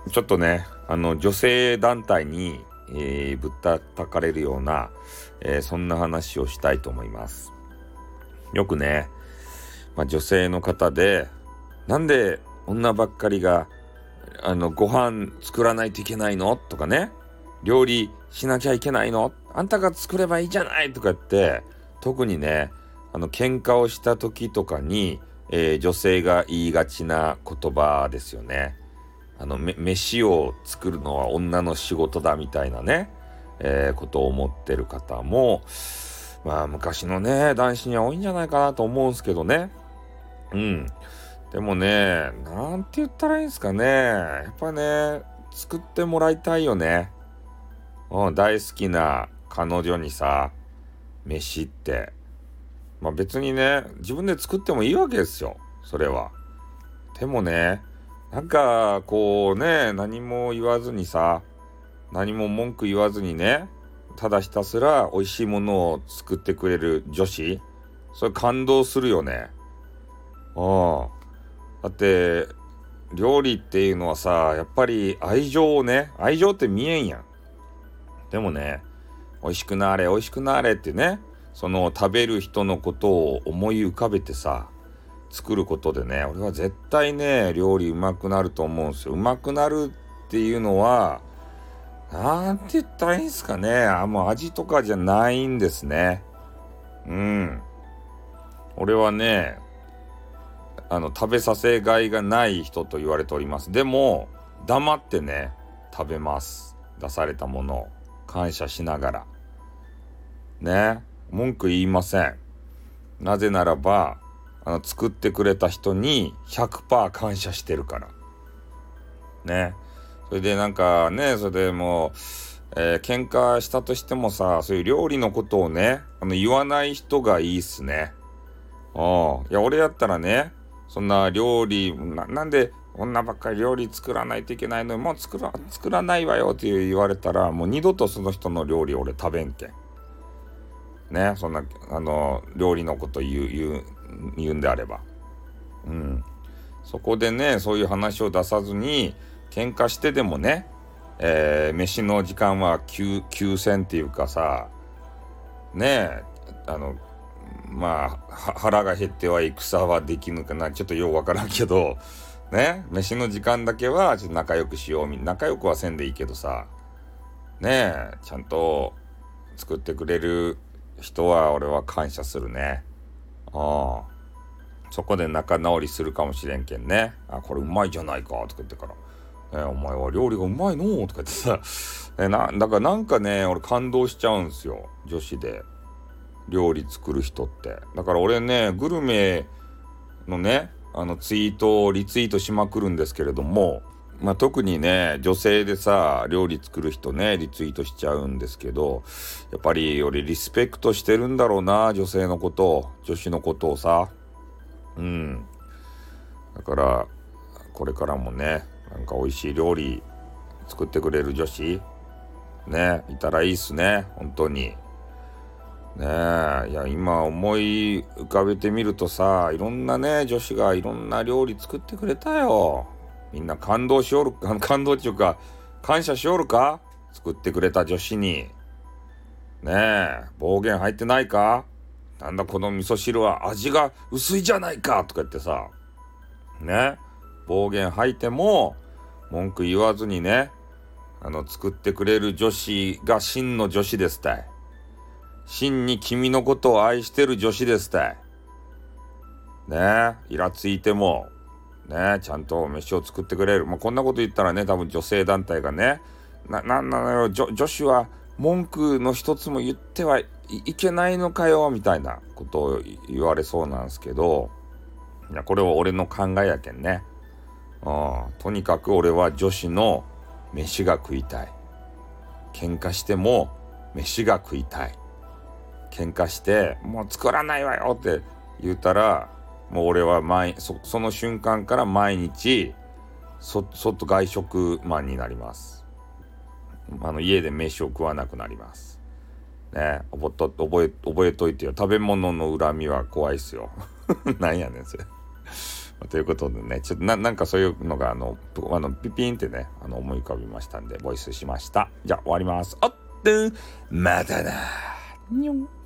ちょっとね、女性団体に、ぶったたかれるような、そんな話をしたいと思います。よくね、女性の方で、なんで女ばっかりが、ご飯作らないといけないのとかね、料理しなきゃいけないのあんたが作ればいいじゃないとか言って、特にね、喧嘩をした時とかに、女性が言いがちな言葉ですよね。飯を作るのは女の仕事だみたいなね、ことを思ってる方も、昔のね、男子には多いんじゃないかなと思うんすけどね。うん。でもね、なんて言ったらいいんすかね。やっぱね、作ってもらいたいよね。大好きな彼女にさ、飯って。別にね、自分で作ってもいいわけですよ。それは。でもね、こうね、何も言わずにさ、何も文句言わずにね、ただひたすら美味しいものを作ってくれる女子、それ感動するよね。だって、料理っていうのはさ、やっぱり愛情って見えんやん。でもね、美味しくなれ、美味しくなれってね、その食べる人のことを思い浮かべてさ、作ることでね、俺は絶対ね、料理うまくなると思うんですよ。うまくなるっていうのは、なんて言ったらいいんですかね。もう味とかじゃないんですね。うん。俺はね、食べさせがいがない人と言われております。でも、黙ってね、食べます。出されたものを感謝しながら。ね、文句言いません。なぜならば、作ってくれた人に 100% 感謝してるから。ね。それでそれでもう、喧嘩したとしてもさ、そういう料理のことをね、言わない人がいいっすね。いや、俺やったらね、そんな料理、なんで女ばっかり料理作らないといけないのに、もう作らないわよって言われたら、もう二度とその人の料理俺食べんけん。ね、そんな、料理のこと言うんであれば。うん。そこでね、そういう話を出さずに、喧嘩してでもね、飯の時間は休戦っていうかさ、ね腹が減っては戦はできぬかな、ちょっとようわからんけど、ね、飯の時間だけはちょっと仲良くしよう。仲良くはせんでいいけどさ、ね、ちゃんと作ってくれる人は俺は感謝するね。そこで仲直りするかもしれんけんね。これうまいじゃないかとか言ってから、お前は料理がうまいのとか言ってさ、だからね、俺感動しちゃうんすよ。女子で料理作る人って。だから俺ね、グルメのね、ツイートをリツイートしまくるんですけれども、特にね、女性でさ、料理作る人ね、リツイートしちゃうんですけど、やっぱり俺リスペクトしてるんだろうな、女性のことを、女子のことをさ。うん。だから、これからもね、美味しい料理作ってくれる女子、ね、いたらいいっすね、本当に。ねえ、いや、今思い浮かべてみるとさ、いろんなね、女子がいろんな料理作ってくれたよ。みんな感動しおる、感動っていうか、感謝しおるか作ってくれた女子に。ねえ、暴言入ってないかなんだこの味噌汁は味が薄いじゃないかとか言ってさ、ね、暴言吐いても文句言わずにね、作ってくれる女子が真の女子ですたい。真に君のことを愛してる女子ですたい。ね、イラついてもね、ちゃんと飯を作ってくれる。こんなこと言ったらね、多分女性団体がね、なんなのよ、女子は文句の一つも言ってはいけないのかよみたいなことを言われそうなんですけど、いや、これは俺の考えやけんね。とにかく俺は女子の飯が食いたい。喧嘩しても飯が食いたい。喧嘩してもう作らないわよって言ったら、もう俺はその瞬間から毎日外外食マンになります。家で飯を食わなくなります。ね、覚えといてよ。食べ物の恨みは怖いっすよ。なんやねんそれ。 ということでね、ちょっとなんかそういうのがピピンってね思い浮かびましたんでボイスしました。じゃあ終わります。またなにょん。